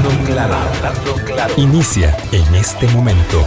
Hablando claro. Inicia en este momento.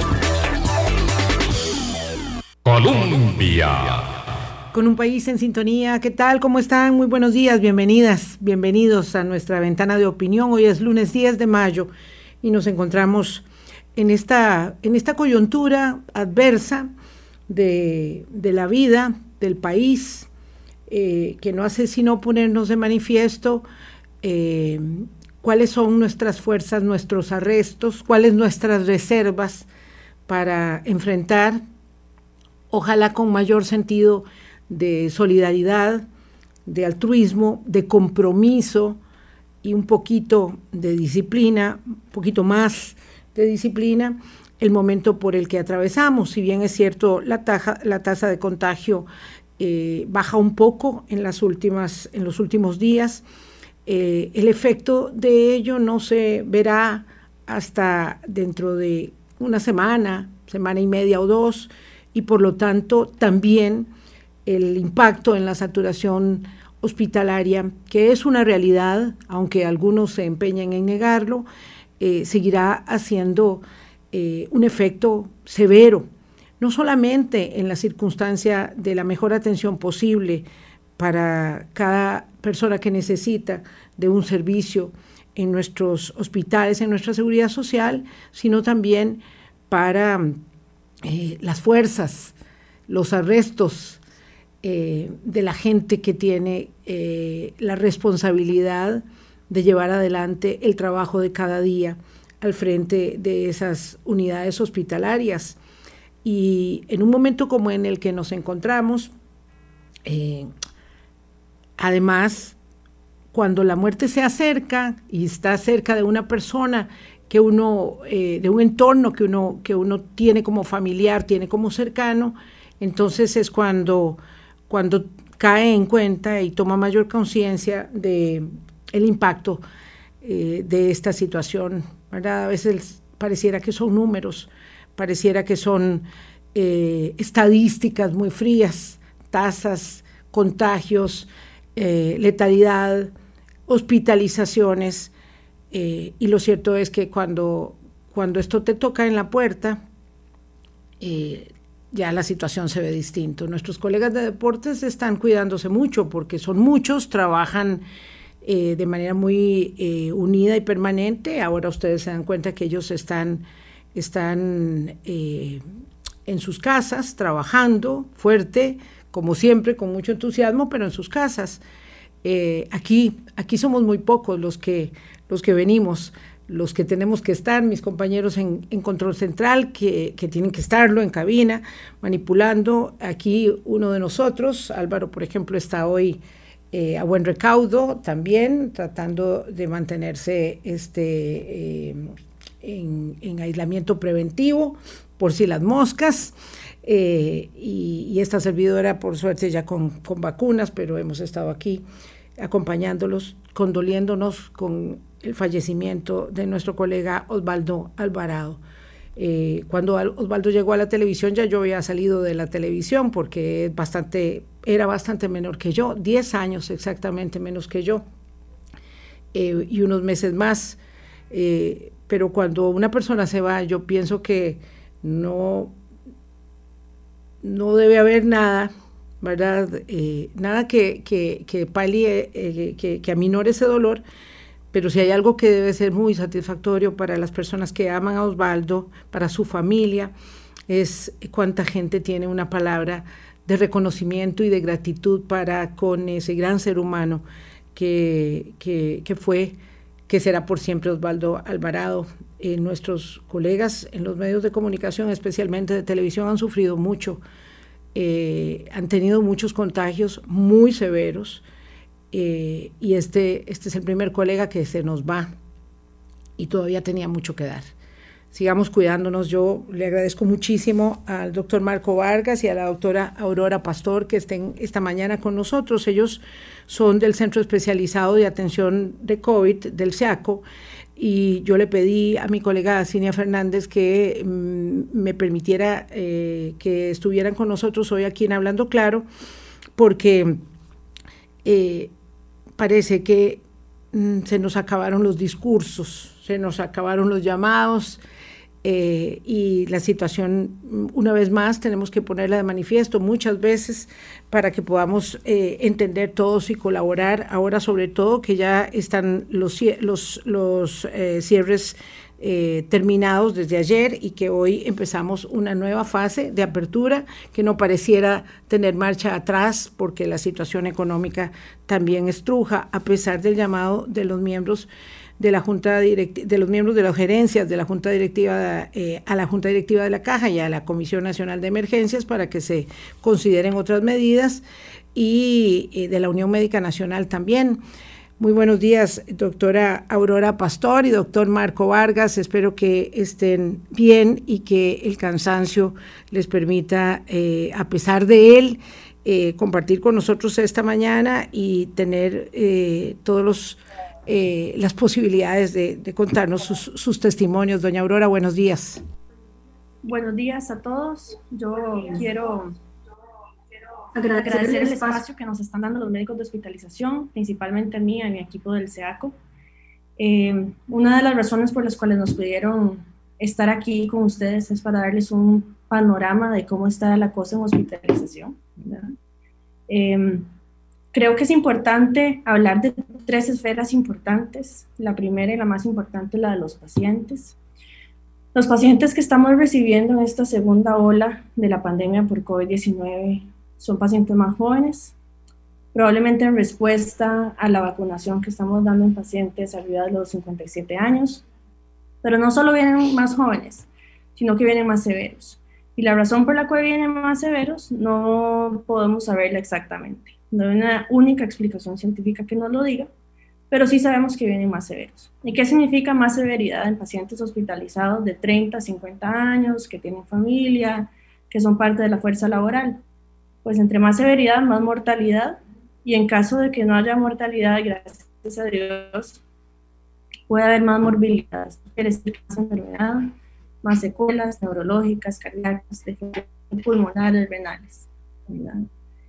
Colombia. Con un país en sintonía. ¿Qué tal? ¿Cómo están? Muy buenos días. Bienvenidas, bienvenidos a nuestra ventana de opinión. Hoy es lunes 10 de mayo y nos encontramos en esta coyuntura adversa de la vida, del país, que no hace sino ponernos de manifiesto cuáles son nuestras fuerzas, nuestros arrestos, cuáles nuestras reservas para enfrentar, ojalá con mayor sentido de solidaridad, de altruismo, de compromiso y un poquito de disciplina, un poquito más de disciplina, el momento por el que atravesamos. Si bien es cierto, la tasa de contagio baja un poco en los últimos días, el efecto de ello no se verá hasta dentro de una semana y media o dos, y por lo tanto también el impacto en la saturación hospitalaria, que es una realidad, aunque algunos se empeñen en negarlo, seguirá haciendo un efecto severo, no solamente en la circunstancia de la mejor atención posible para cada persona que necesita de un servicio en nuestros hospitales, en nuestra seguridad social, sino también para las fuerzas, los arrestos de la gente que tiene la responsabilidad de llevar adelante el trabajo de cada día al frente de esas unidades hospitalarias. Y en un momento como en el que nos encontramos, además, cuando la muerte se acerca y está cerca de una persona que uno, de un entorno que uno tiene como familiar, tiene como cercano, entonces es cuando cae en cuenta y toma mayor conciencia de el impacto de esta situación, ¿verdad? A veces pareciera que son números, pareciera que son estadísticas muy frías, tasas, contagios, letalidad, hospitalizaciones, y lo cierto es que cuando esto te toca en la puerta, ya la situación se ve distinto. Nuestros colegas de deportes están cuidándose mucho porque son muchos, trabajan de manera muy unida y permanente. Ahora ustedes se dan cuenta que ellos están en sus casas, trabajando fuerte, como siempre, con mucho entusiasmo, pero en sus casas. Aquí somos muy pocos los que venimos, los que tenemos que estar, mis compañeros en control central, que tienen que estarlo en cabina, manipulando. Aquí uno de nosotros, Álvaro, por ejemplo, está hoy a buen recaudo también, tratando de mantenerse en aislamiento preventivo, por si las moscas, y esta servidora, por suerte, ya con vacunas, pero hemos estado aquí acompañándolos, condoliéndonos con el fallecimiento de nuestro colega Osvaldo Alvarado. Cuando Osvaldo llegó a la televisión, ya yo había salido de la televisión porque era bastante menor que yo, 10 años exactamente menos que yo, y unos meses más. Pero cuando una persona se va, yo pienso que no debe haber nada, ¿verdad? Nada que palie, que aminore ese dolor, pero si hay algo que debe ser muy satisfactorio para las personas que aman a Osvaldo, para su familia, es cuánta gente tiene una palabra de reconocimiento y de gratitud para con ese gran ser humano que será por siempre Osvaldo Alvarado. Nuestros colegas en los medios de comunicación, especialmente de televisión, han sufrido mucho, han tenido muchos contagios muy severos, y este es el primer colega que se nos va y todavía tenía mucho que dar. Sigamos cuidándonos. Yo le agradezco muchísimo al doctor Marco Vargas y a la doctora Aurora Pastor que estén esta mañana con nosotros. Ellos son del Centro Especializado de Atención de COVID, del SEACO, y yo le pedí a mi colega Cinia Fernández que me permitiera que estuvieran con nosotros hoy aquí en Hablando Claro, porque parece que se nos acabaron los discursos, se nos acabaron los llamados, y la situación, una vez más, tenemos que ponerla de manifiesto muchas veces para que podamos entender todos y colaborar. Ahora, sobre todo, que ya están los cierres terminados desde ayer y que hoy empezamos una nueva fase de apertura que no pareciera tener marcha atrás, porque la situación económica también estruja, a pesar del llamado de los miembros de la Junta de los miembros de las gerencias de la Junta Directiva, a la Junta Directiva de la Caja y a la Comisión Nacional de Emergencias para que se consideren otras medidas, y de la Unión Médica Nacional también. Muy buenos días, doctora Aurora Pastor y doctor Marco Vargas. Espero que estén bien y que el cansancio les permita, a pesar de él, compartir con nosotros esta mañana y tener todos las posibilidades de contarnos sus testimonios. Doña Aurora, buenos días. Buenos días a todos. Yo quiero agradecer el espacio que nos están dando los médicos de hospitalización, principalmente a mí y a mi equipo del SEACO. Una de las razones por las cuales nos pidieron estar aquí con ustedes es para darles un panorama de cómo está la cosa en hospitalización, ¿verdad? Creo que es importante hablar de 3 esferas importantes. La primera y la más importante es la de los pacientes. Los pacientes que estamos recibiendo en esta segunda ola de la pandemia por COVID-19 son pacientes más jóvenes, probablemente en respuesta a la vacunación que estamos dando en pacientes arriba de los 57 años, pero no solo vienen más jóvenes, sino que vienen más severos. Y la razón por la cual vienen más severos no podemos saberla exactamente. No hay una única explicación científica que nos lo diga, pero sí sabemos que vienen más severos. ¿Y qué significa más severidad en pacientes hospitalizados de 30 a 50 años, que tienen familia, que son parte de la fuerza laboral? Pues entre más severidad, más mortalidad, y en caso de que no haya mortalidad, gracias a Dios, puede haber más morbilidad, quiere decir más enfermedad, más secuelas neurológicas, cardíacas, pulmonares, renales, ¿verdad?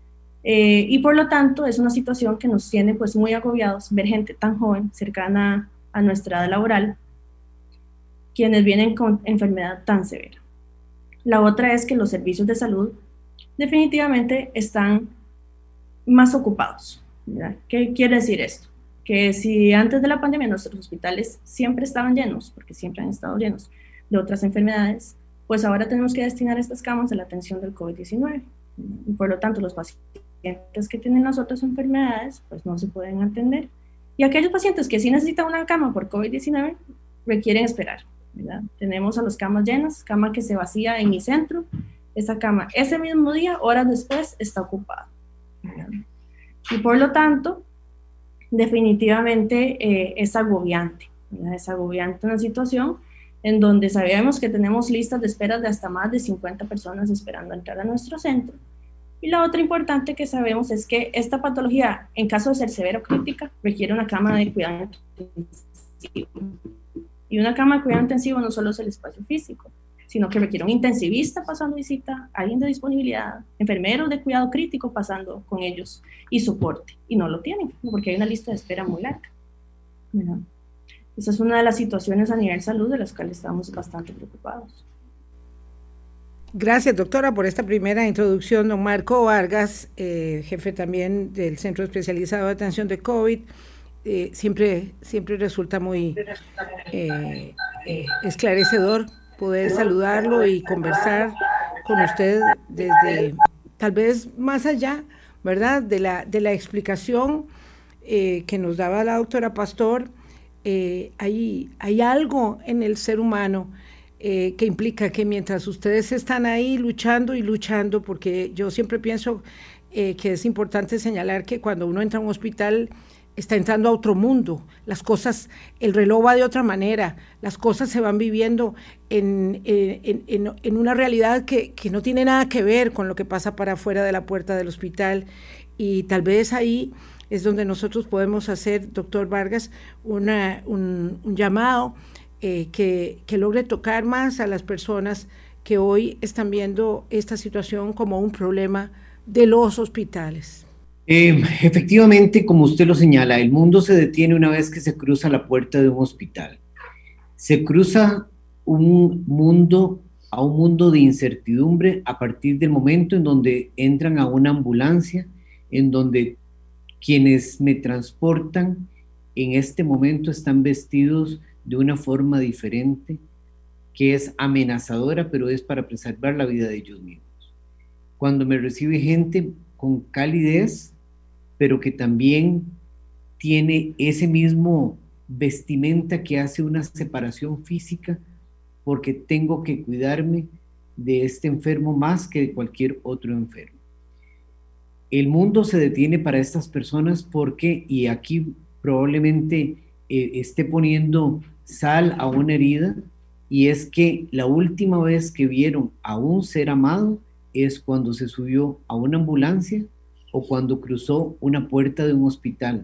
Y por lo tanto es una situación que nos tiene pues muy agobiados ver gente tan joven, cercana a nuestra edad laboral, quienes vienen con enfermedad tan severa. La otra es que los servicios de salud definitivamente están más ocupados, ¿verdad? ¿Qué quiere decir esto? Que si antes de la pandemia nuestros hospitales siempre estaban llenos, porque siempre han estado llenos de otras enfermedades, pues ahora tenemos que destinar estas camas a la atención del COVID-19. Y por lo tanto los pacientes que tienen las otras enfermedades pues no se pueden atender, y aquellos pacientes que sí necesitan una cama por COVID-19 requieren esperar, ¿verdad? Tenemos a las camas llenas, cama que se vacía en mi centro, esa cama ese mismo día, horas después, está ocupada, ¿verdad? Y por lo tanto definitivamente es agobiante, ¿verdad? Es agobiante una situación en donde sabemos que tenemos listas de espera de hasta más de 50 personas esperando entrar a nuestro centro. Y la otra importante que sabemos es que esta patología, en caso de ser severa o crítica, requiere una cama de cuidado intensivo. Y una cama de cuidado intensivo no solo es el espacio físico, sino que requiere un intensivista pasando visita, alguien de disponibilidad, enfermeros de cuidado crítico pasando con ellos y soporte. Y no lo tienen, porque hay una lista de espera muy larga, ¿verdad? Esa es una de las situaciones a nivel salud de las cuales estamos bastante preocupados. Gracias, doctora, por esta primera introducción. Don Marco Vargas, jefe también del Centro Especializado de Atención de COVID, siempre resulta muy esclarecedor poder saludarlo y conversar con usted desde tal vez más allá, ¿verdad?, de la explicación que nos daba la doctora Pastor. Hay algo en el ser humano que implica que mientras ustedes están ahí luchando y luchando, porque yo siempre pienso que es importante señalar que cuando uno entra a un hospital está entrando a otro mundo, las cosas, el reloj va de otra manera, las cosas se van viviendo en una realidad que no tiene nada que ver con lo que pasa para afuera de la puerta del hospital, y tal vez ahí es donde nosotros podemos hacer, doctor Vargas, un llamado que logre tocar más a las personas que hoy están viendo esta situación como un problema de los hospitales. Efectivamente, como usted lo señala, el mundo se detiene una vez que se cruza la puerta de un hospital. Se cruza a un mundo de incertidumbre a partir del momento en donde entran a una ambulancia, en donde quienes me transportan en este momento están vestidos de una forma diferente, que es amenazadora, pero es para preservar la vida de ellos mismos. Cuando me recibe gente con calidez, pero que también tiene ese mismo vestimenta que hace una separación física, porque tengo que cuidarme de este enfermo más que de cualquier otro enfermo. El mundo se detiene para estas personas porque, y aquí probablemente esté poniendo sal a una herida, y es que la última vez que vieron a un ser amado es cuando se subió a una ambulancia o cuando cruzó una puerta de un hospital.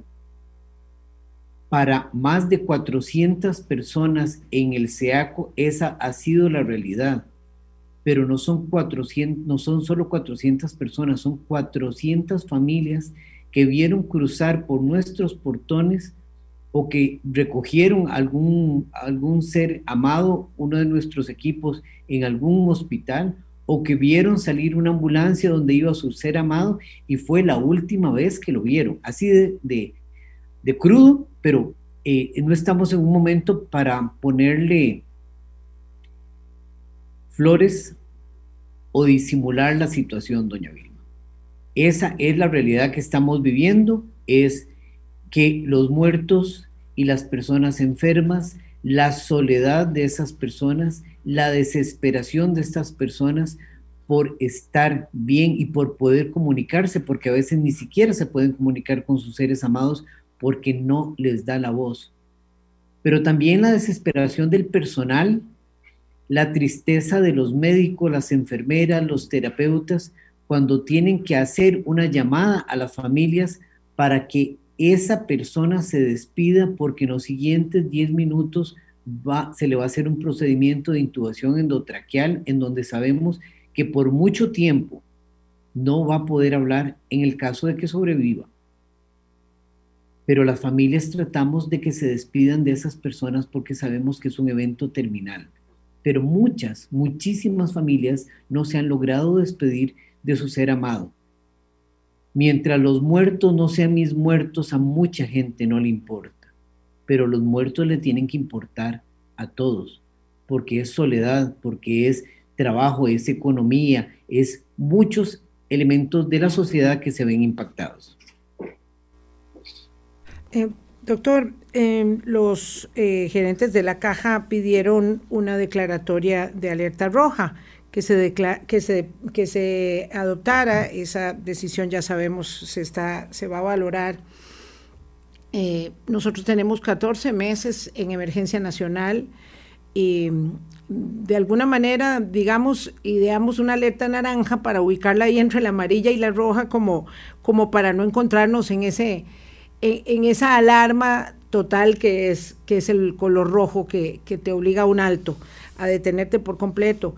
Para más de 400 personas en el SEACO, esa ha sido la realidad. Pero no son 400, no son solo 400 personas, son 400 familias que vieron cruzar por nuestros portones o que recogieron algún ser amado, uno de nuestros equipos, en algún hospital, o que vieron salir una ambulancia donde iba su ser amado y fue la última vez que lo vieron. Así de crudo, pero no estamos en un momento para ponerle flores o disimular la situación, doña Vilma. Esa es la realidad que estamos viviendo, es que los muertos y las personas enfermas, la soledad de esas personas, la desesperación de estas personas por estar bien y por poder comunicarse, porque a veces ni siquiera se pueden comunicar con sus seres amados porque no les da la voz. Pero también la desesperación del personal, la tristeza de los médicos, las enfermeras, los terapeutas, cuando tienen que hacer una llamada a las familias para que esa persona se despida porque en los siguientes 10 minutos se le va a hacer un procedimiento de intubación endotraqueal en donde sabemos que por mucho tiempo no va a poder hablar en el caso de que sobreviva. Pero las familias tratamos de que se despidan de esas personas porque sabemos que es un evento terminal. Pero muchísimas familias no se han logrado despedir de su ser amado. Mientras los muertos no sean mis muertos, a mucha gente no le importa, pero los muertos le tienen que importar a todos, porque es soledad, porque es trabajo, es economía, es muchos elementos de la sociedad que se ven impactados. Doctor, los gerentes de la Caja pidieron una declaratoria de alerta roja, que se adoptara. Esa decisión, ya sabemos, se va a valorar. Nosotros tenemos 14 meses en emergencia nacional y de alguna manera, digamos, ideamos una alerta naranja para ubicarla ahí entre la amarilla y la roja como para no encontrarnos en esa alarma total que es el color rojo que te obliga a un alto, a detenerte por completo.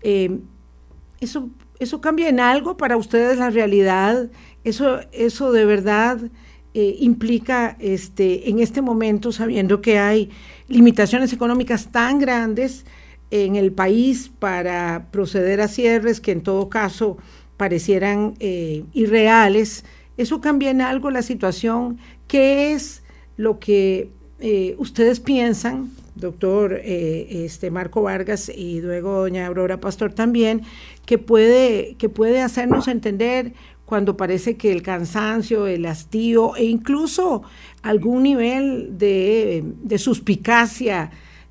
¿Eso cambia en algo para ustedes la realidad? ¿Eso de verdad implica en este momento, sabiendo que hay limitaciones económicas tan grandes en el país para proceder a cierres que en todo caso parecieran irreales? ¿Eso cambia en algo la situación? ¿Qué es lo que ustedes piensan, doctor Marco Vargas y luego doña Aurora Pastor también, que puede hacernos entender cuando parece que el cansancio, el hastío e incluso algún nivel de suspicacia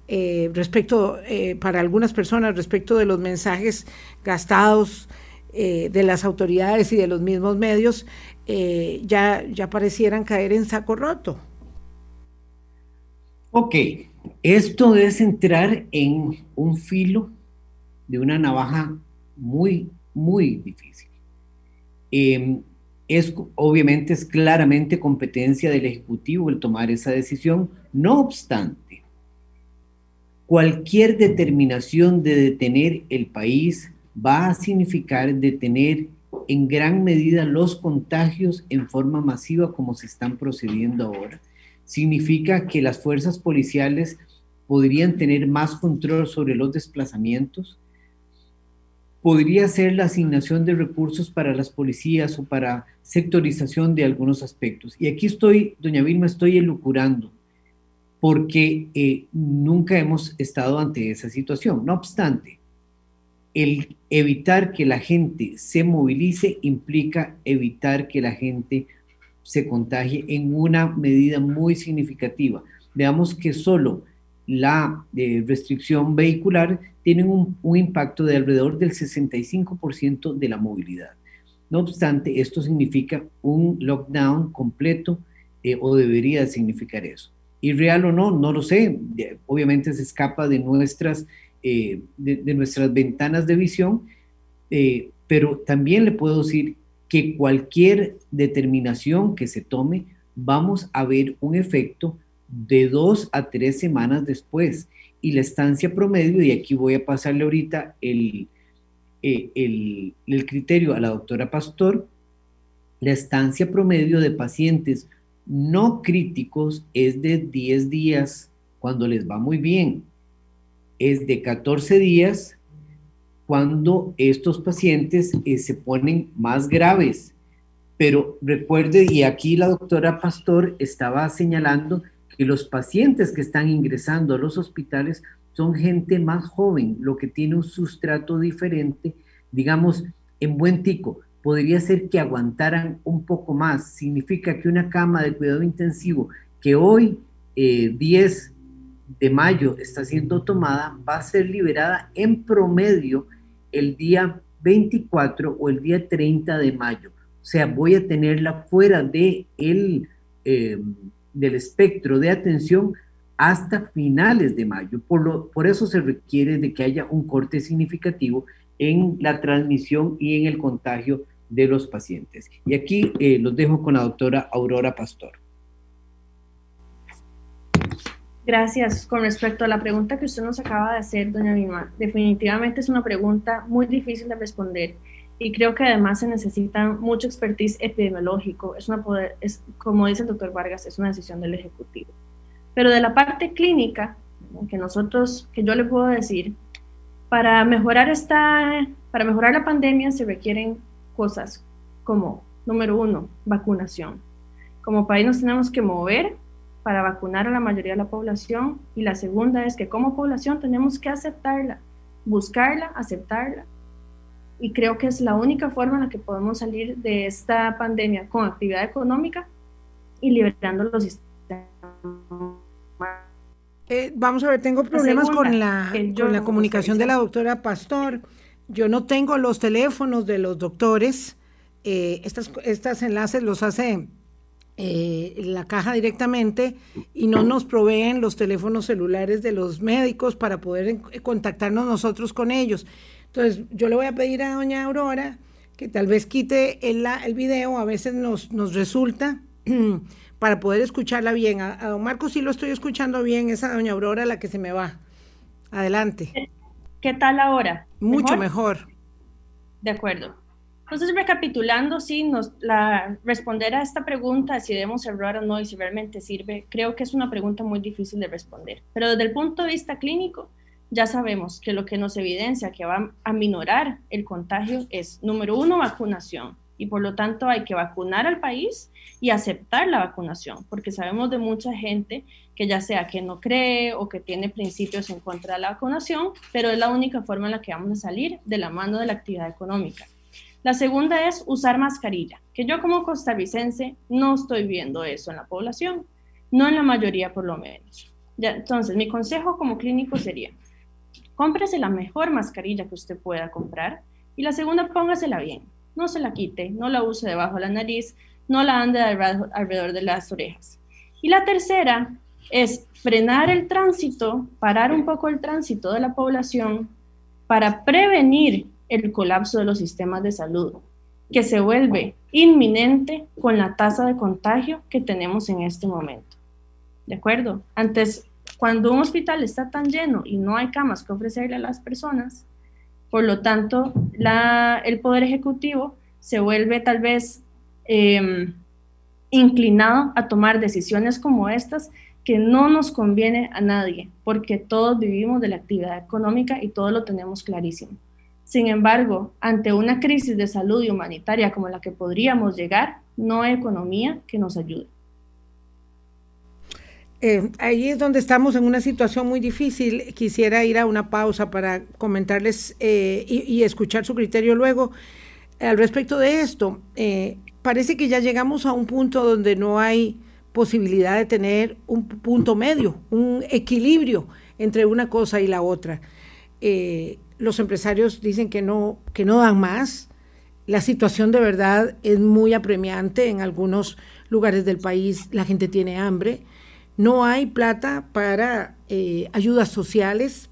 para algunas personas respecto de los mensajes gastados de las autoridades y de los mismos medios, ya parecieran caer en saco roto? Ok, esto es entrar en un filo de una navaja muy, muy difícil. Obviamente es claramente competencia del Ejecutivo el tomar esa decisión. No obstante, cualquier determinación de detener el país va a significar detener en gran medida los contagios en forma masiva como se están procediendo ahora. Significa que las fuerzas policiales podrían tener más control sobre los desplazamientos. Podría ser la asignación de recursos para las policías o para sectorización de algunos aspectos. Y aquí estoy, doña Vilma, estoy elucubrando, porque nunca hemos estado ante esa situación. No obstante, el evitar que la gente se movilice implica evitar que la gente se contagie en una medida muy significativa. Veamos que solo la restricción vehicular tiene un impacto de alrededor del 65% de la movilidad. No obstante, esto significa un lockdown completo, o debería significar eso. Y real o no, no lo sé. Obviamente se escapa de nuestras ventanas de visión, pero también le puedo decir que cualquier determinación que se tome, vamos a ver un efecto de 2 a 3 semanas después. Y la estancia promedio, y aquí voy a pasarle ahorita el criterio a la doctora Pastor, la estancia promedio de pacientes no críticos es de 10 días cuando les va muy bien, es de 14 días cuando estos pacientes se ponen más graves. Pero recuerde, y aquí la doctora Pastor estaba señalando que los pacientes que están ingresando a los hospitales son gente más joven, lo que tiene un sustrato diferente, digamos, en buen tico. Podría ser que aguantaran un poco más. Significa que una cama de cuidado intensivo que hoy, 10 de mayo, está siendo tomada, va a ser liberada en promedio el día 24 o el día 30 de mayo. O sea, voy a tenerla fuera del espectro de atención hasta finales de mayo. Por eso se requiere de que haya un corte significativo en la transmisión y en el contagio de los pacientes. Y aquí los dejo con la doctora Aurora Pastor. Gracias. Con respecto a la pregunta que usted nos acaba de hacer, doña Vilma, definitivamente es una pregunta muy difícil de responder y creo que además se necesita mucho expertise epidemiológico. Como dice el doctor Vargas, es una decisión del Ejecutivo. Pero de la parte clínica, que yo le puedo decir, para mejorar la pandemia se requieren cosas como, número 1, vacunación. Como país nos tenemos que mover para vacunar a la mayoría de la población, y la segunda es que como población tenemos que aceptarla, buscarla, aceptarla, y creo que es la única forma en la que podemos salir de esta pandemia con actividad económica y liberando los sistemas. Vamos a ver, tengo problemas con la comunicación de la doctora Pastor. Yo no tengo los teléfonos de los doctores. Estos enlaces los hace la caja directamente y no nos proveen los teléfonos celulares de los médicos para poder contactarnos nosotros con ellos. Entonces, yo le voy a pedir a doña Aurora que tal vez quite el video, a veces nos resulta, para poder escucharla bien. A don Marcos sí lo estoy escuchando bien, es a doña Aurora la que se me va. Adelante. ¿Qué tal ahora? Mucho mejor. De acuerdo. Entonces, recapitulando, sí, responder a esta pregunta, si debemos cerrar o no y si realmente sirve, creo que es una pregunta muy difícil de responder. Pero desde el punto de vista clínico, ya sabemos que lo que nos evidencia que va a minorar el contagio es, número 1, vacunación. Y por lo tanto hay que vacunar al país y aceptar la vacunación, porque sabemos de mucha gente que ya sea que no cree o que tiene principios en contra de la vacunación, pero es la única forma en la que vamos a salir de la mano de la actividad económica. La segunda es usar mascarilla, que yo como costarricense no estoy viendo eso en la población, no en la mayoría por lo menos. Entonces, mi consejo como clínico sería, cómprese la mejor mascarilla que usted pueda comprar y la segunda, póngasela bien. No se la quite, no la use debajo de la nariz, no la ande alrededor de las orejas. Y la tercera es frenar el tránsito, parar un poco el tránsito de la población para prevenir el colapso de los sistemas de salud, que se vuelve inminente con la tasa de contagio que tenemos en este momento. ¿De acuerdo? Antes, cuando un hospital está tan lleno y no hay camas que ofrecerle a las personas, por lo tanto, el Poder Ejecutivo se vuelve tal vez inclinado a tomar decisiones como estas que no nos conviene a nadie, porque todos vivimos de la actividad económica y todos lo tenemos clarísimo. Sin embargo, ante una crisis de salud y humanitaria como la que podríamos llegar, no hay economía que nos ayude. Ahí es donde estamos en una situación muy difícil. Quisiera ir a una pausa para comentarles y escuchar su criterio luego al respecto de esto. Parece que ya llegamos a un punto donde no hay posibilidad de tener un punto medio, un equilibrio entre una cosa y la otra. Los empresarios dicen que no dan más. La situación de verdad es muy apremiante. En algunos lugares del país la gente tiene hambre. No hay plata para ayudas sociales.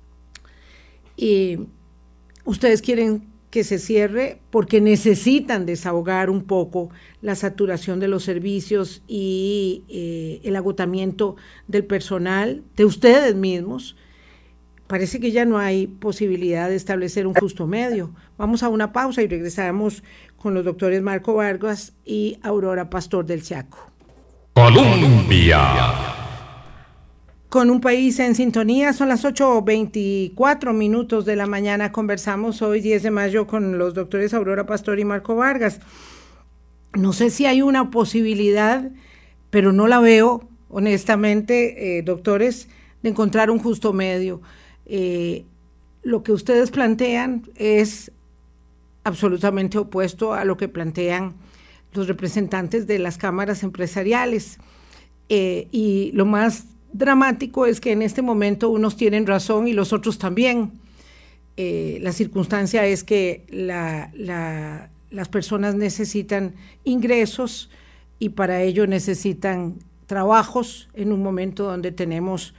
Ustedes quieren que se cierre porque necesitan desahogar un poco la saturación de los servicios y el agotamiento del personal, de ustedes mismos. Parece que ya no hay posibilidad de establecer un justo medio. Vamos a una pausa y regresaremos con los doctores Marco Vargas y Aurora Pastor del Chaco. Colombia. Con un país en sintonía, son las 8:24 de la mañana. Conversamos hoy, 10 de mayo, con los doctores Aurora Pastor y Marco Vargas. No sé si hay una posibilidad, pero no la veo, honestamente, doctores, de encontrar un justo medio. Lo que ustedes plantean es absolutamente opuesto a lo que plantean los representantes de las cámaras empresariales. Y lo más dramático es que en este momento unos tienen razón y los otros también. La circunstancia es que las personas necesitan ingresos y para ello necesitan trabajos en un momento donde tenemos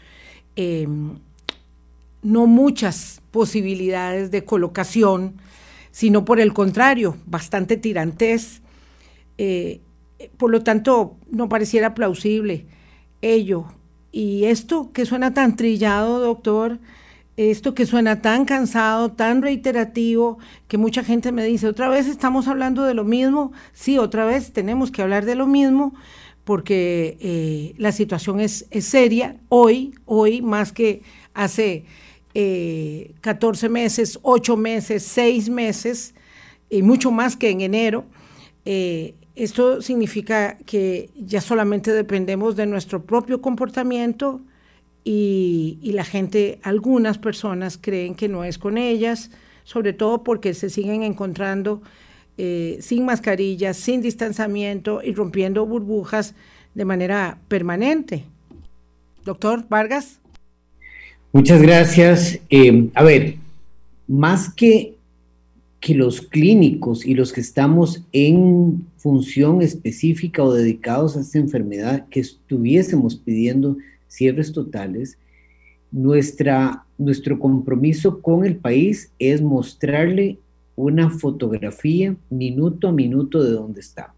no muchas posibilidades de colocación, sino por el contrario, bastante tirantez. Por lo tanto, no pareciera plausible ello. Y esto que suena tan trillado, doctor, esto que suena tan cansado, tan reiterativo, que mucha gente me dice, ¿otra vez estamos hablando de lo mismo? Sí, otra vez tenemos que hablar de lo mismo, porque la situación es seria, hoy más que hace 14 meses, 8 meses, 6 meses, y mucho más que en enero. Esto significa que ya solamente dependemos de nuestro propio comportamiento y la gente, algunas personas creen que no es con ellas, sobre todo porque se siguen encontrando sin mascarillas, sin distanciamiento y rompiendo burbujas de manera permanente. Doctor Vargas. Muchas gracias. A ver, más que los clínicos y los que estamos en función específica o dedicados a esta enfermedad, que estuviésemos pidiendo cierres totales, nuestro compromiso con el país es mostrarle una fotografía minuto a minuto de dónde estamos.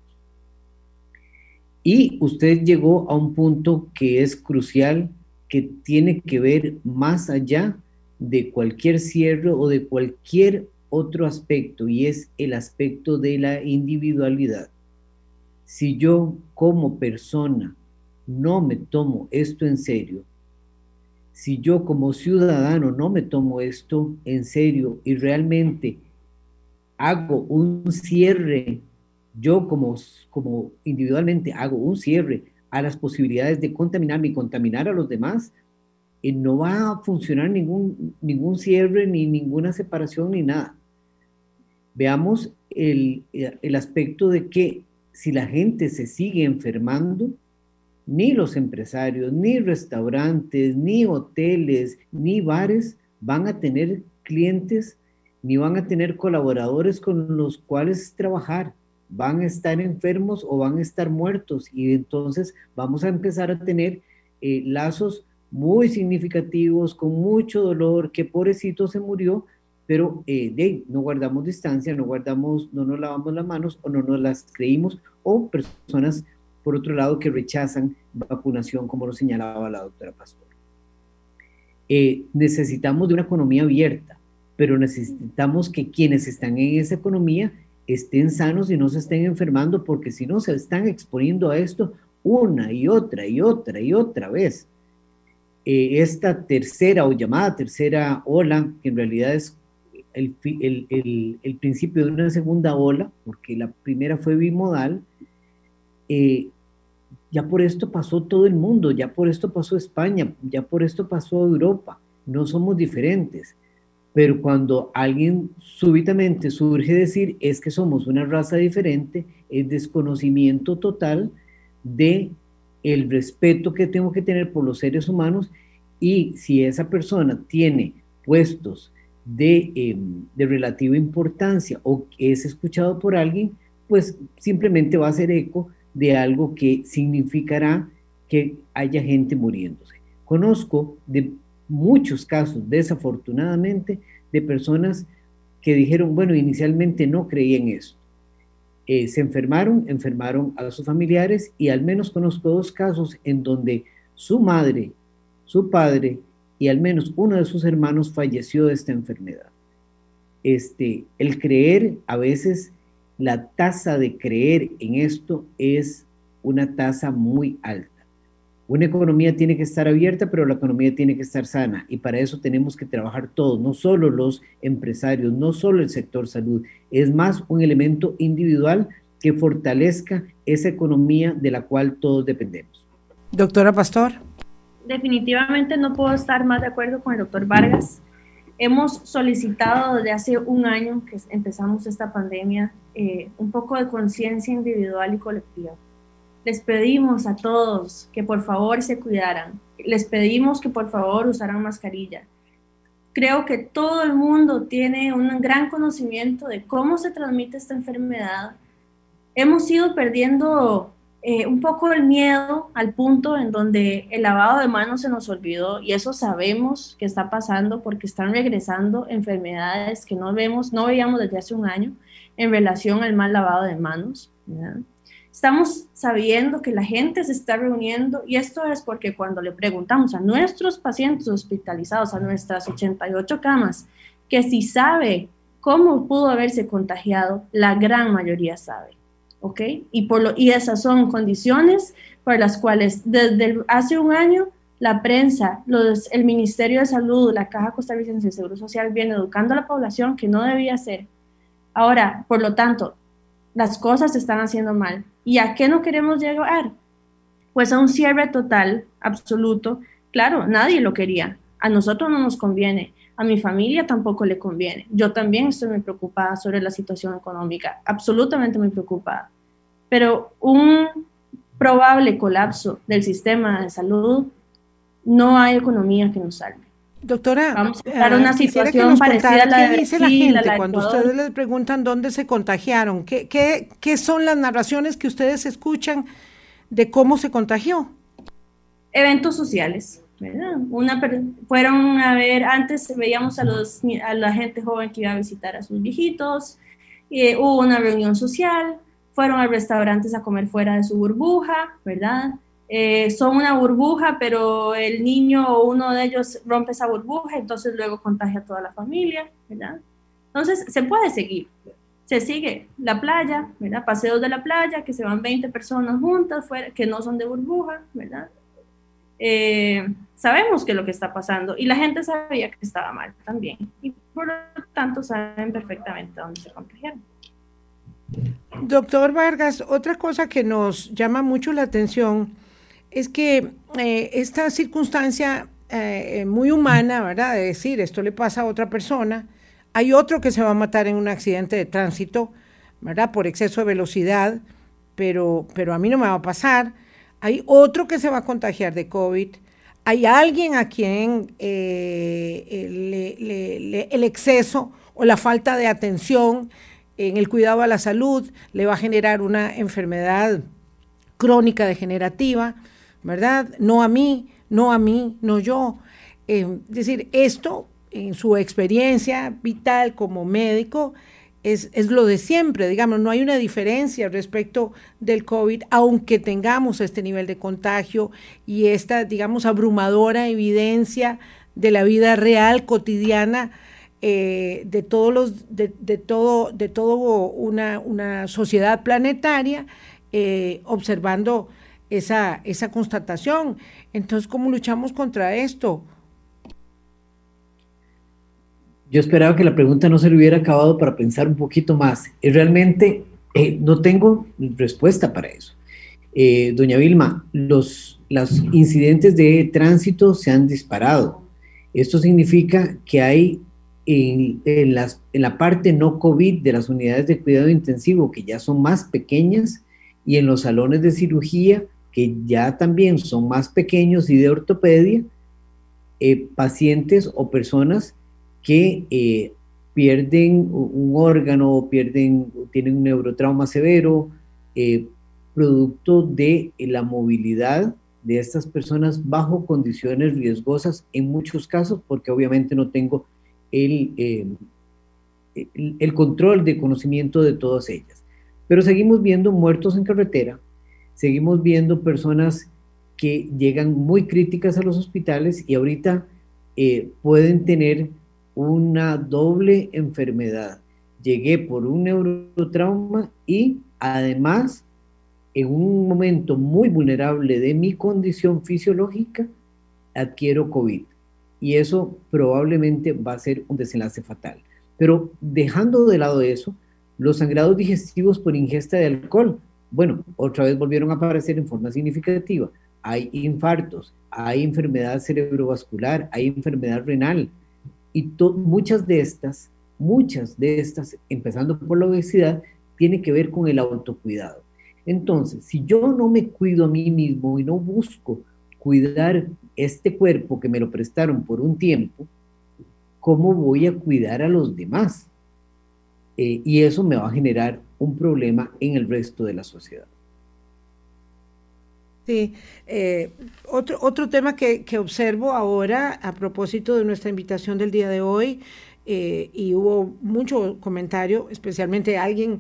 Y usted llegó a un punto que es crucial, que tiene que ver más allá de cualquier cierre o de cualquier otro aspecto, y es el aspecto de la individualidad. Si yo como persona no me tomo esto en serio, si yo como ciudadano no me tomo esto en serio y realmente hago un cierre, yo como individualmente hago un cierre a las posibilidades de contaminarme y contaminar a los demás, no va a funcionar ningún cierre, ni ninguna separación, ni nada. Veamos el aspecto de que si la gente se sigue enfermando, ni los empresarios, ni restaurantes, ni hoteles, ni bares van a tener clientes, ni van a tener colaboradores con los cuales trabajar. Van a estar enfermos o van a estar muertos, y entonces vamos a empezar a tener lazos muy significativos, con mucho dolor, que pobrecito se murió, pero no guardamos distancia, no nos lavamos las manos o no nos las creímos, o personas, por otro lado, que rechazan vacunación, como lo señalaba la doctora Pastor. Necesitamos de una economía abierta, pero necesitamos que quienes están en esa economía estén sanos y no se estén enfermando, porque si no se están exponiendo a esto una y otra y otra y otra vez. Esta tercera o llamada tercera ola, que en realidad es el principio de una segunda ola, porque la primera fue bimodal, ya por esto pasó todo el mundo, ya por esto pasó España, ya por esto pasó Europa, no somos diferentes. Pero cuando alguien súbitamente surge decir es que somos una raza diferente, es desconocimiento total de el respeto que tengo que tener por los seres humanos, y si esa persona tiene puestos de relativa importancia o es escuchado por alguien, pues simplemente va a hacer eco de algo que significará que haya gente muriéndose. Conozco de muchos casos, desafortunadamente, de personas que dijeron, bueno, inicialmente no creí en eso. Se enfermaron a sus familiares, y al menos conozco 2 casos en donde su madre, su padre y al menos uno de sus hermanos falleció de esta enfermedad. El creer, a veces la tasa de creer en esto es una tasa muy alta. Una economía tiene que estar abierta, pero la economía tiene que estar sana, y para eso tenemos que trabajar todos, no solo los empresarios, no solo el sector salud. Es más un elemento individual que fortalezca esa economía de la cual todos dependemos. Doctora Pastor. Definitivamente no puedo estar más de acuerdo con el doctor Vargas. Hemos solicitado desde hace un año que empezamos esta pandemia un poco de conciencia individual y colectiva. Les pedimos a todos que por favor se cuidaran, les pedimos que por favor usaran mascarilla. Creo que todo el mundo tiene un gran conocimiento de cómo se transmite esta enfermedad. Hemos ido perdiendo un poco el miedo al punto en donde el lavado de manos se nos olvidó, y eso sabemos que está pasando porque están regresando enfermedades que no veíamos desde hace un año en relación al mal lavado de manos, ¿verdad? Estamos sabiendo que la gente se está reuniendo, y esto es porque cuando le preguntamos a nuestros pacientes hospitalizados, a nuestras 88 camas, que si sabe cómo pudo haberse contagiado, la gran mayoría sabe, ¿ok? Y esas son condiciones por las cuales desde hace un año la prensa, el Ministerio de Salud, la Caja Costarricense de Seguro Social viene educando a la población que no debía ser. Ahora, por lo tanto, las cosas se están haciendo mal. ¿Y a qué no queremos llegar? Pues a un cierre total, absoluto. Claro, nadie lo quería. A nosotros no nos conviene. A mi familia tampoco le conviene. Yo también estoy muy preocupada sobre la situación económica, absolutamente muy preocupada. Pero un probable colapso del sistema de salud, no hay economía que nos salve. Doctora, vamos a estar en una situación parecida a la de ¿qué dice Brasil, la gente cuando ustedes les preguntan dónde se contagiaron? ¿Qué son las narraciones que ustedes escuchan de cómo se contagió? Eventos sociales, ¿verdad? Fueron a ver, antes veíamos a la gente joven que iba a visitar a sus viejitos, hubo una reunión social, fueron a restaurantes a comer fuera de su burbuja, ¿verdad? Son una burbuja, pero el niño o uno de ellos rompe esa burbuja, entonces luego contagia a toda la familia, ¿verdad? Entonces, se puede seguir. Se sigue la playa, ¿verdad? Paseos de la playa, que se van 20 personas juntas, que no son de burbuja, ¿verdad? Sabemos que es lo que está pasando, y la gente sabía que estaba mal también, y por lo tanto saben perfectamente dónde se contagiaron. Doctor Vargas, otra cosa que nos llama mucho la atención es que esta circunstancia muy humana, ¿verdad? De decir, esto le pasa a otra persona, hay otro que se va a matar en un accidente de tránsito, ¿verdad? Por exceso de velocidad, pero a mí no me va a pasar. Hay otro que se va a contagiar de COVID, hay alguien a quien el exceso o la falta de atención en el cuidado a la salud le va a generar una enfermedad crónica degenerativa, ¿verdad? No a mí, no yo. Es decir, esto en su experiencia vital como médico es lo de siempre, digamos, no hay una diferencia respecto del COVID, aunque tengamos este nivel de contagio y esta, digamos, abrumadora evidencia de la vida real, cotidiana, de todo una sociedad planetaria, observando esa constatación. Entonces, ¿cómo luchamos contra esto? Yo esperaba que la pregunta no se le hubiera acabado para pensar un poquito más. Y realmente no tengo respuesta para eso. Doña Vilma, los incidentes de tránsito se han disparado. Esto significa que hay en la parte no COVID de las unidades de cuidado intensivo, que ya son más pequeñas, y en los salones de cirugía, que ya también son más pequeños, y de ortopedia, pacientes o personas que pierden un órgano, tienen un neurotrauma severo, producto de la movilidad de estas personas bajo condiciones riesgosas en muchos casos, porque obviamente no tengo el control de conocimiento de todas ellas. Pero seguimos viendo muertos en carretera, seguimos viendo personas que llegan muy críticas a los hospitales y ahorita pueden tener una doble enfermedad. Llegué por un neurotrauma y además en un momento muy vulnerable de mi condición fisiológica adquiero COVID. Y eso probablemente va a ser un desenlace fatal. Pero dejando de lado eso, los sangrados digestivos por ingesta de alcohol, bueno, otra vez volvieron a aparecer en forma significativa. Hay infartos, hay enfermedad cerebrovascular, hay enfermedad renal. Y muchas de estas, empezando por la obesidad, tiene que ver con el autocuidado. Entonces, si yo no me cuido a mí mismo y no busco cuidar este cuerpo que me lo prestaron por un tiempo, ¿cómo voy a cuidar a los demás? Y eso me va a generar un problema en el resto de la sociedad. Sí, otro tema que observo ahora a propósito de nuestra invitación del día de hoy, y hubo mucho comentario, especialmente alguien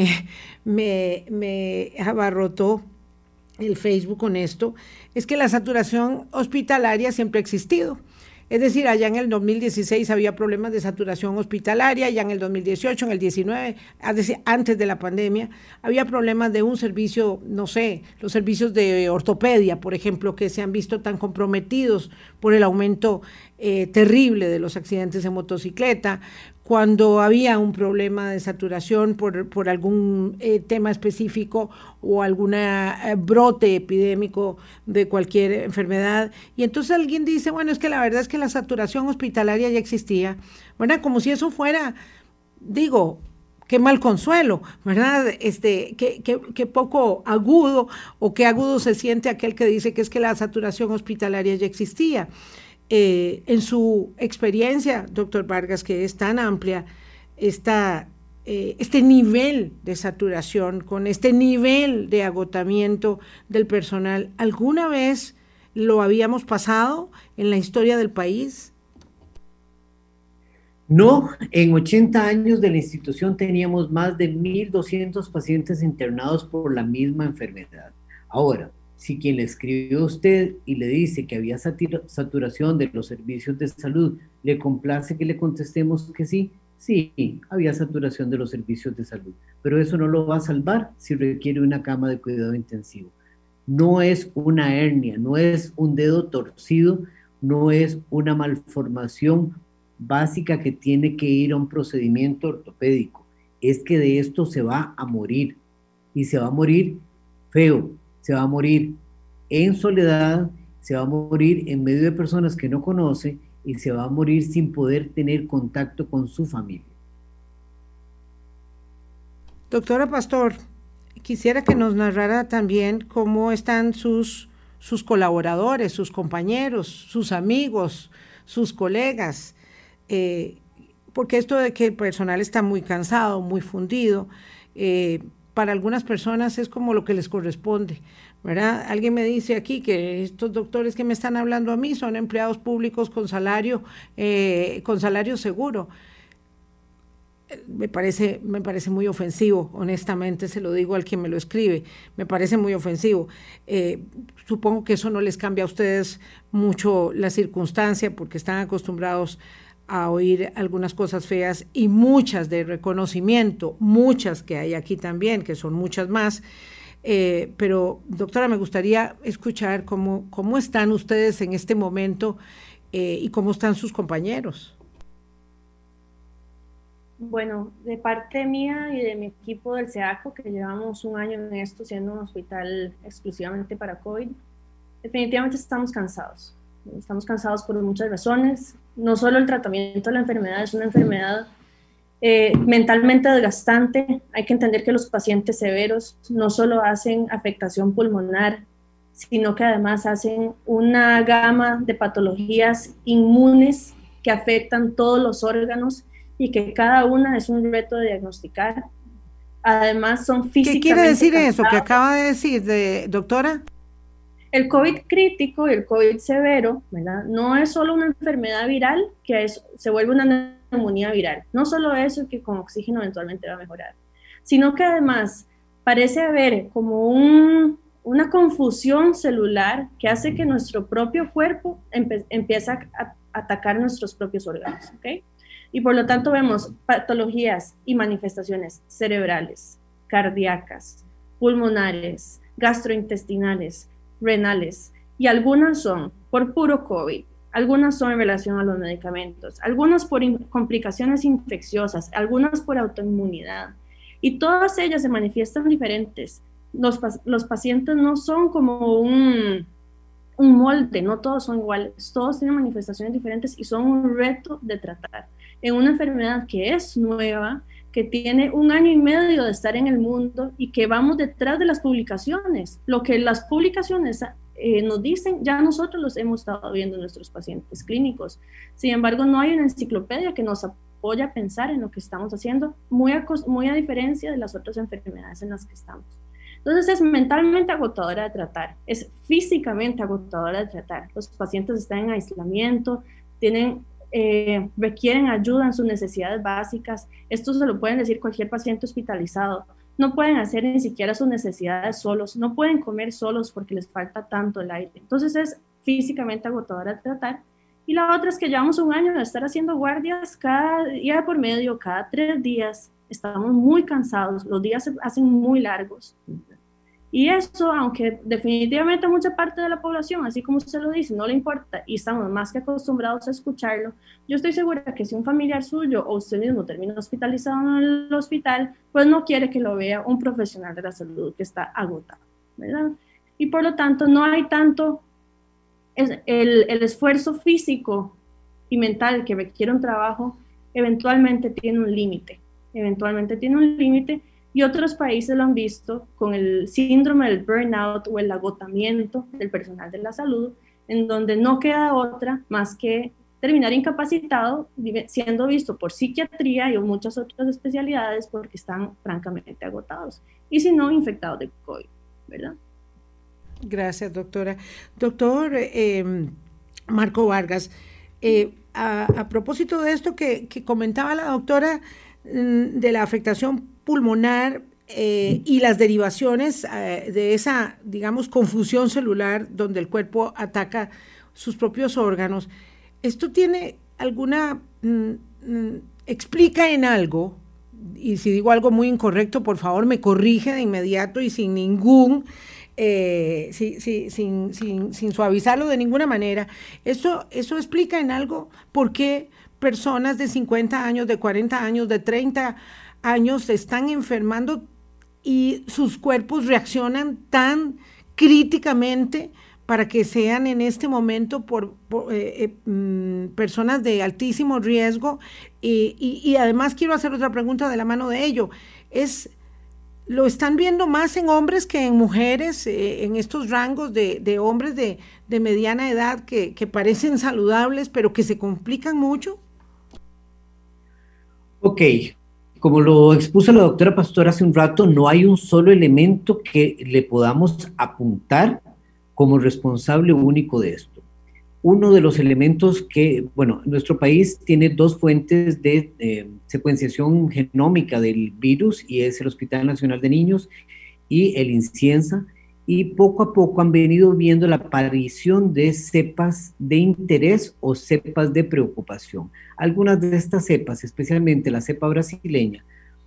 me abarrotó el Facebook con esto, es que la saturación hospitalaria siempre ha existido. Es decir, allá en el 2016 había problemas de saturación hospitalaria, ya en el 2018, en el 19, es decir, antes de la pandemia, había problemas de un servicio, no sé, los servicios de ortopedia, por ejemplo, que se han visto tan comprometidos por el aumento terrible de los accidentes en motocicleta, cuando había un problema de saturación por algún tema específico o algún brote epidémico de cualquier enfermedad. Y entonces alguien dice, bueno, es que la verdad es que la saturación hospitalaria ya existía, ¿verdad? Como si eso fuera, digo, qué mal consuelo, ¿verdad? Qué poco agudo o qué agudo se siente aquel que dice que es que la saturación hospitalaria ya existía. En su experiencia, doctor Vargas, que es tan amplia, este nivel de saturación, con este nivel de agotamiento del personal, ¿alguna vez lo habíamos pasado en la historia del país? No, en 80 años de la institución teníamos más de 1,200 pacientes internados por la misma enfermedad. Ahora, si quien le escribió a usted y le dice que había saturación de los servicios de salud, ¿le complace que le contestemos que sí? Sí, había saturación de los servicios de salud, pero eso no lo va a salvar si requiere una cama de cuidado intensivo. No es una hernia, no es un dedo torcido, no es una malformación básica que tiene que ir a un procedimiento ortopédico. Es que de esto se va a morir, y se va a morir feo. Se va a morir en soledad, se va a morir en medio de personas que no conoce y se va a morir sin poder tener contacto con su familia. Doctora Pastor, quisiera que nos narrara también cómo están sus colaboradores, sus compañeros, sus amigos, sus colegas, porque esto de que el personal está muy cansado, muy fundido, para algunas personas es como lo que les corresponde, ¿verdad? Alguien me dice aquí que estos doctores que me están hablando a mí son empleados públicos con salario seguro. Me parece muy ofensivo, honestamente, se lo digo al que me lo escribe, me parece muy ofensivo. Supongo que eso no les cambia a ustedes mucho la circunstancia porque están acostumbrados a oír algunas cosas feas y muchas de reconocimiento, muchas que hay aquí también, que son muchas más. Pero, doctora, me gustaría escuchar cómo están ustedes en este momento y cómo están sus compañeros. Bueno, de parte mía y de mi equipo del SEACO, que llevamos un año en esto, siendo un hospital exclusivamente para COVID, definitivamente estamos cansados. Estamos cansados por muchas razones. No solo el tratamiento de la enfermedad, es una enfermedad mentalmente desgastante. Hay que entender que los pacientes severos no solo hacen afectación pulmonar, sino que además hacen una gama de patologías inmunes que afectan todos los órganos y que cada una es un reto de diagnosticar. Además son físicamente... ¿Qué quiere decir eso que acaba de decir, doctora? El COVID crítico y el COVID severo, ¿verdad? No es solo una enfermedad viral que se vuelve una neumonía viral. No solo eso, que con oxígeno eventualmente va a mejorar, sino que además parece haber como una confusión celular que hace que nuestro propio cuerpo empiece a atacar nuestros propios órganos, ¿ok? Y por lo tanto vemos patologías y manifestaciones cerebrales, cardíacas, pulmonares, gastrointestinales, renales, y algunas son por puro COVID, algunas son en relación a los medicamentos, algunas por complicaciones infecciosas, algunas por autoinmunidad, y todas ellas se manifiestan diferentes. Los pacientes no son como un molde, no todos son iguales, todos tienen manifestaciones diferentes y son un reto de tratar en una enfermedad que es nueva, que tiene 1 año y medio de estar en el mundo y que vamos detrás de las publicaciones. Lo que las publicaciones nos dicen, ya nosotros los hemos estado viendo en nuestros pacientes clínicos. Sin embargo, no hay una enciclopedia que nos apoya a pensar en lo que estamos haciendo, muy a diferencia de las otras enfermedades en las que estamos. Entonces es mentalmente agotadora de tratar, es físicamente agotadora de tratar. Los pacientes están en aislamiento, requieren ayuda en sus necesidades básicas. Esto se lo pueden decir cualquier paciente hospitalizado. No pueden hacer ni siquiera sus necesidades solos, no pueden comer solos porque les falta tanto el aire. Entonces es físicamente agotadora de tratar. Y la otra es que llevamos 1 año de estar haciendo guardias cada día por medio, cada 3 días. Estamos muy cansados, los días se hacen muy largos. Y eso, aunque definitivamente mucha parte de la población, así como usted lo dice, no le importa y estamos más que acostumbrados a escucharlo, yo estoy segura que si un familiar suyo o usted mismo termina hospitalizado en el hospital, pues no quiere que lo vea un profesional de la salud que está agotado, ¿verdad? Y por lo tanto no hay tanto el esfuerzo físico y mental que requiere un trabajo, eventualmente tiene un límite, y otros países lo han visto con el síndrome del burnout o el agotamiento del personal de la salud, en donde no queda otra más que terminar incapacitado, siendo visto por psiquiatría y muchas otras especialidades porque están francamente agotados, y si no, infectados de COVID, ¿verdad? Gracias, doctora. Doctor Marco Vargas, a propósito de esto que comentaba la doctora, de la afectación pulmonar y las derivaciones de esa, digamos, confusión celular donde el cuerpo ataca sus propios órganos, ¿esto tiene alguna, explica en algo, y si digo algo muy incorrecto, por favor me corrige de inmediato y sin ningún, sin suavizarlo de ninguna manera, eso explica en algo por qué personas de 50 años, de 40 años, de 30 años se están enfermando y sus cuerpos reaccionan tan críticamente para que sean en este momento personas de altísimo riesgo. Y además quiero hacer otra pregunta de la mano de ello. ¿Lo están viendo más en hombres que en mujeres, en estos rangos de hombres de mediana edad que parecen saludables pero que se complican mucho? Ok, como lo expuso la doctora Pastor hace un rato, no hay un solo elemento que le podamos apuntar como responsable único de esto. Uno de los elementos que, bueno, nuestro país tiene 2 fuentes de secuenciación genómica del virus, y es el Hospital Nacional de Niños y el INCIENSA, y poco a poco han venido viendo la aparición de cepas de interés o cepas de preocupación. Algunas de estas cepas, especialmente la cepa brasileña,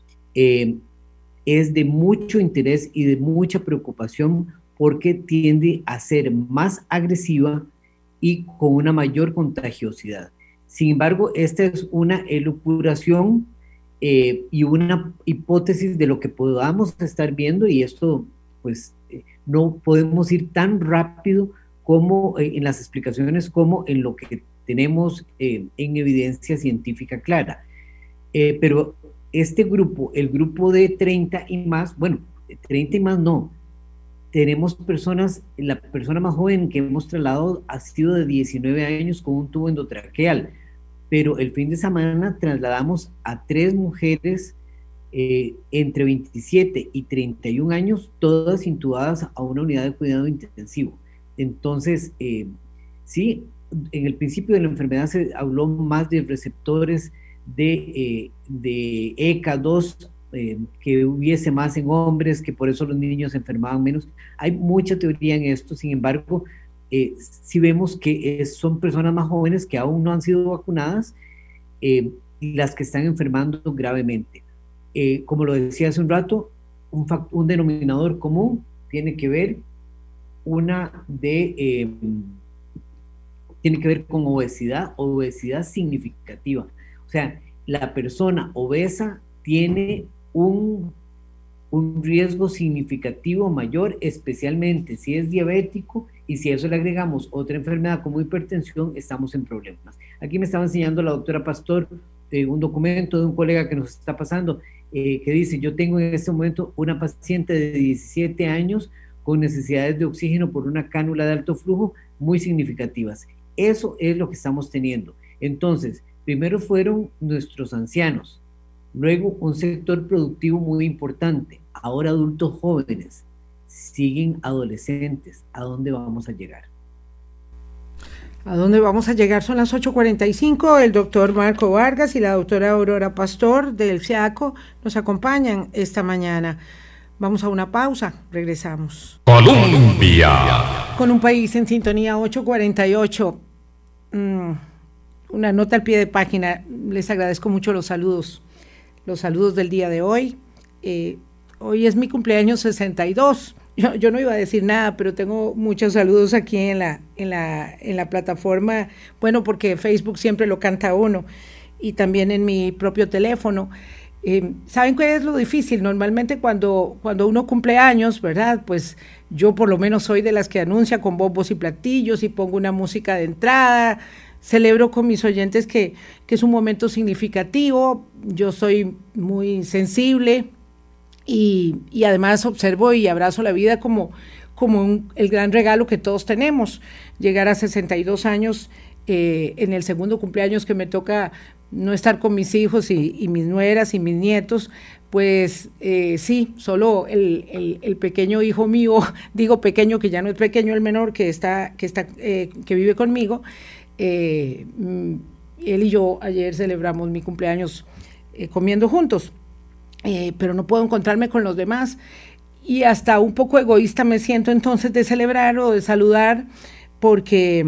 es de mucho interés y de mucha preocupación porque tiende a ser más agresiva y con una mayor contagiosidad. Sin embargo, esta es una elucubración y una hipótesis de lo que podamos estar viendo, y esto pues no podemos ir tan rápido como en las explicaciones como en lo que tenemos en evidencia científica clara. Pero este grupo, el grupo de 30 y más, bueno, 30 y más no, tenemos personas, la persona más joven que hemos trasladado ha sido de 19 años con un tubo endotraqueal, pero el fin de semana trasladamos a 3 mujeres entre 27 y 31 años, todas intubadas a una unidad de cuidado intensivo. Entonces, sí, en el principio de la enfermedad se habló más de receptores de ECA2, que hubiese más en hombres, que por eso los niños se enfermaban menos. Hay mucha teoría en esto, sin embargo, si vemos que son personas más jóvenes que aún no han sido vacunadas, las que están enfermando gravemente. Como lo decía hace un rato, un denominador común tiene que ver con obesidad significativa. O sea, la persona obesa tiene un riesgo significativo mayor, especialmente si es diabético, y si a eso le agregamos otra enfermedad como hipertensión, estamos en problemas. Aquí me estaba enseñando la doctora Pastor un documento de un colega que nos está pasando, que dice: yo tengo en este momento una paciente de 17 años con necesidades de oxígeno por una cánula de alto flujo muy significativas. Eso es lo que estamos teniendo. Entonces, primero fueron nuestros ancianos, luego un sector productivo muy importante, ahora adultos jóvenes, siguen adolescentes. ¿A dónde vamos a llegar? ¿A dónde vamos a llegar? Son las 8:45. El doctor Marco Vargas y la doctora Aurora Pastor del CIACO nos acompañan esta mañana. Vamos a una pausa, regresamos. Colombia. Con un país en sintonía, 8:48. Una nota al pie de página. Les agradezco mucho los saludos del día de hoy. Hoy es mi cumpleaños 62. Yo no iba a decir nada, pero tengo muchos saludos aquí en la plataforma, bueno, porque Facebook siempre lo canta uno, y también en mi propio teléfono. ¿Saben cuál es lo difícil? Normalmente cuando uno cumple años, ¿verdad? Pues yo por lo menos soy de las que anuncia con bombos y platillos y pongo una música de entrada, celebro con mis oyentes que es un momento significativo. Yo soy muy sensible y además observo y abrazo la vida como el gran regalo que todos tenemos. Llegar a 62 años en el segundo cumpleaños que me toca no estar con mis hijos y mis nueras y mis nietos, pues sí, solo el pequeño hijo mío, digo pequeño, que ya no es pequeño, el menor que vive conmigo, él y yo ayer celebramos mi cumpleaños comiendo juntos, pero no puedo encontrarme con los demás, y hasta un poco egoísta me siento entonces de celebrar o de saludar, porque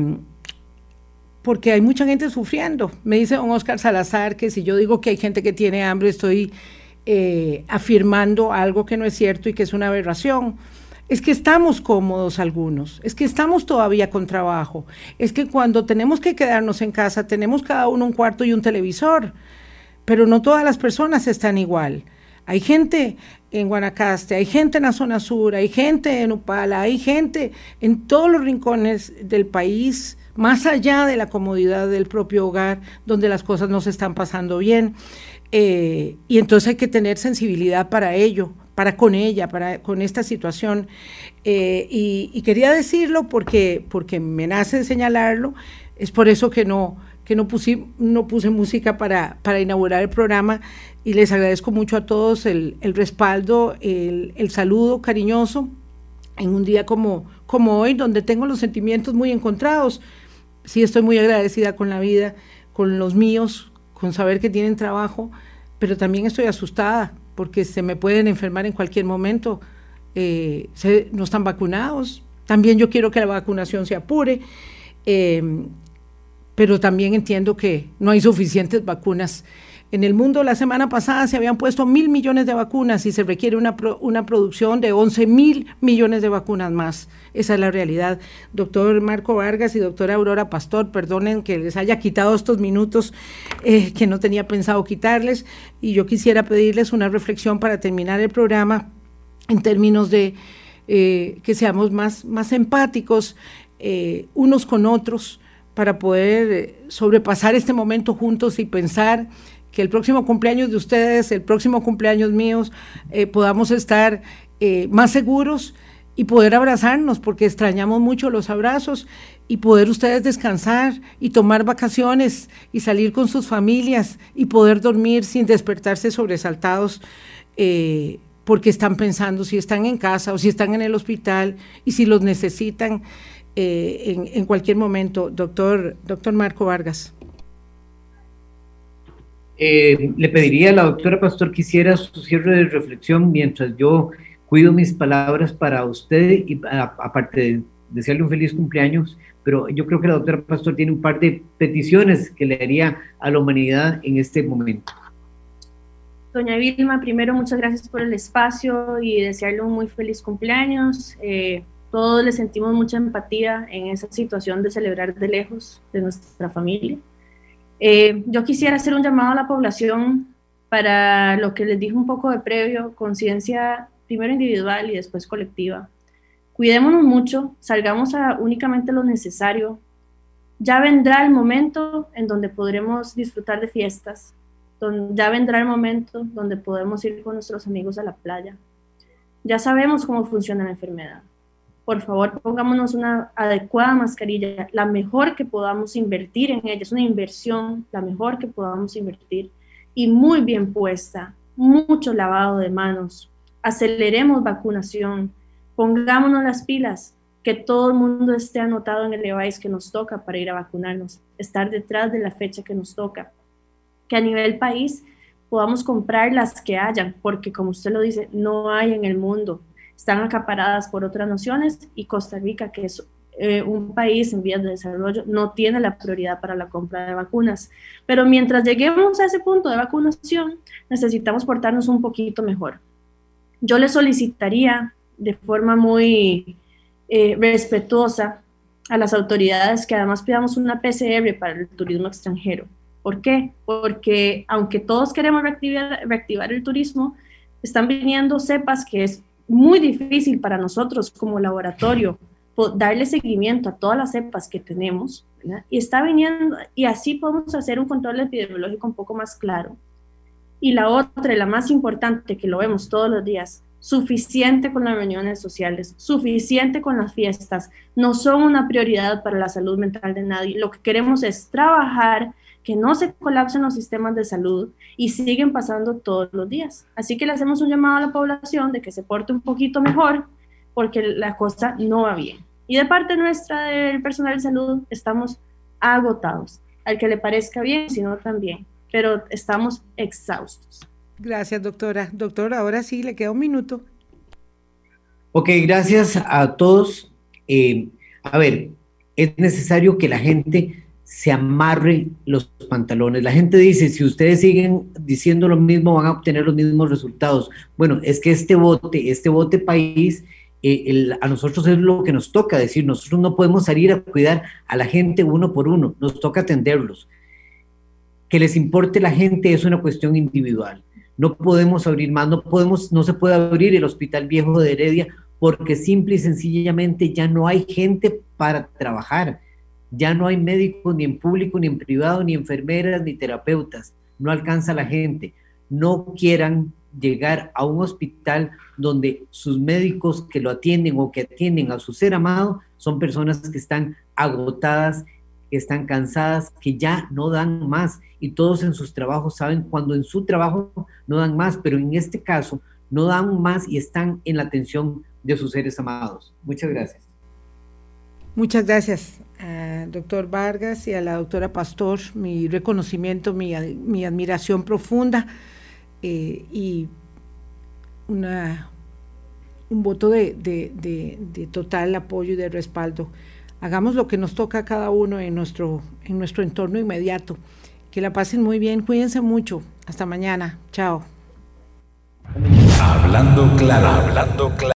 hay mucha gente sufriendo. Me dice don Oscar Salazar que si yo digo que hay gente que tiene hambre, estoy afirmando algo que no es cierto y que es una aberración. Es que estamos cómodos algunos, es que estamos todavía con trabajo, es que cuando tenemos que quedarnos en casa tenemos cada uno un cuarto y un televisor, pero no todas las personas están igual. Hay gente en Guanacaste, hay gente en la zona sur, hay gente en Upala, hay gente en todos los rincones del país, más allá de la comodidad del propio hogar, donde las cosas no se están pasando bien, y entonces hay que tener sensibilidad para ello, con esta situación, y quería decirlo porque me nace señalarlo. Es por eso que no puse música para inaugurar el programa, y les agradezco mucho a todos el respaldo, el saludo cariñoso en un día como hoy, donde tengo los sentimientos muy encontrados. Sí, estoy muy agradecida con la vida, con los míos, con saber que tienen trabajo, pero también estoy asustada porque se me pueden enfermar en cualquier momento no están vacunados. También yo quiero que la vacunación se apure, pero también entiendo que no hay suficientes vacunas. En el mundo la semana pasada se habían puesto 1.000 millones de vacunas y se requiere una producción de 11.000 millones de vacunas más. Esa es la realidad. Doctor Marco Vargas y doctora Aurora Pastor, perdonen que les haya quitado estos minutos que no tenía pensado quitarles, y yo quisiera pedirles una reflexión para terminar el programa en términos de que seamos más empáticos unos con otros para poder sobrepasar este momento juntos y pensar que el próximo cumpleaños de ustedes, el próximo cumpleaños míos, podamos estar más seguros y poder abrazarnos, porque extrañamos mucho los abrazos, y poder ustedes descansar y tomar vacaciones y salir con sus familias y poder dormir sin despertarse sobresaltados porque están pensando si están en casa o si están en el hospital y si los necesitan en cualquier momento. Doctor Marco Vargas. Le pediría a la doctora Pastor que hiciera su cierre de reflexión mientras yo cuido mis palabras para usted, y aparte de desearle un feliz cumpleaños, pero yo creo que la doctora Pastor tiene un par de peticiones que le haría a la humanidad en este momento. Doña Vilma, primero muchas gracias por el espacio y desearle un muy feliz cumpleaños. Todos le sentimos mucha empatía en esa situación de celebrar de lejos de nuestra familia. Yo quisiera hacer un llamado a la población para lo que les dije un poco de previo, conciencia primero individual y después colectiva. Cuidémonos mucho, salgamos a únicamente lo necesario. Ya vendrá el momento en donde podremos disfrutar de fiestas, ya vendrá el momento donde podemos ir con nuestros amigos a la playa. Ya sabemos cómo funciona la enfermedad. Por favor, pongámonos una adecuada mascarilla, la mejor que podamos invertir en ella, es una inversión, la mejor que podamos invertir, y muy bien puesta, mucho lavado de manos, aceleremos vacunación, pongámonos las pilas, que todo el mundo esté anotado en el device que nos toca para ir a vacunarnos, estar detrás de la fecha que nos toca, que a nivel país podamos comprar las que hayan, porque como usted lo dice, no hay en el mundo, están acaparadas por otras naciones, y Costa Rica, que es un país en vías de desarrollo, no tiene la prioridad para la compra de vacunas. Pero mientras lleguemos a ese punto de vacunación, necesitamos portarnos un poquito mejor. Yo le solicitaría de forma muy respetuosa a las autoridades que además pidamos una PCR para el turismo extranjero. ¿Por qué? Porque aunque todos queremos reactivar el turismo, están viniendo cepas que es muy difícil para nosotros como laboratorio darle seguimiento a todas las cepas que tenemos, ¿verdad? Y está viniendo, y así podemos hacer un control epidemiológico un poco más claro. Y la otra, y la más importante, que lo vemos todos los días, suficiente con las reuniones sociales, suficiente con las fiestas, no son una prioridad para la salud mental de nadie. Lo que queremos es trabajar, que no se colapsen los sistemas de salud y siguen pasando todos los días. Así que le hacemos un llamado a la población de que se porte un poquito mejor, porque la cosa no va bien. Y de parte nuestra, del personal de salud, estamos agotados. Al que le parezca bien, si no también, pero estamos exhaustos. Gracias, doctora. Doctora, ahora sí, le queda un minuto. Ok, gracias a todos. A ver, es necesario que la gente se amarre los pantalones. La gente dice, si ustedes siguen diciendo lo mismo, van a obtener los mismos resultados. Bueno, es que este bote país, a nosotros es lo que nos toca decir. Nosotros no podemos salir a cuidar a la gente uno por uno, nos toca atenderlos. Que les importe la gente es una cuestión individual. No podemos abrir más, no se puede abrir el Hospital Viejo de Heredia porque simple y sencillamente ya no hay gente para trabajar. Ya no hay médicos ni en público, ni en privado, ni enfermeras, ni terapeutas. No alcanza la gente. No quieran llegar a un hospital donde sus médicos que lo atienden o que atienden a su ser amado son personas que están agotadas, que están cansadas, que ya no dan más. Y todos en sus trabajos saben cuando en su trabajo no dan más, pero en este caso no dan más y están en la atención de sus seres amados. Muchas gracias. Muchas gracias al doctor Vargas y a la doctora Pastor, mi reconocimiento, mi admiración profunda y una un voto de total apoyo y de respaldo. Hagamos lo que nos toca a cada uno en nuestro entorno inmediato. Que la pasen muy bien, cuídense mucho. Hasta mañana. Chao. Hablando claro, hablando claro.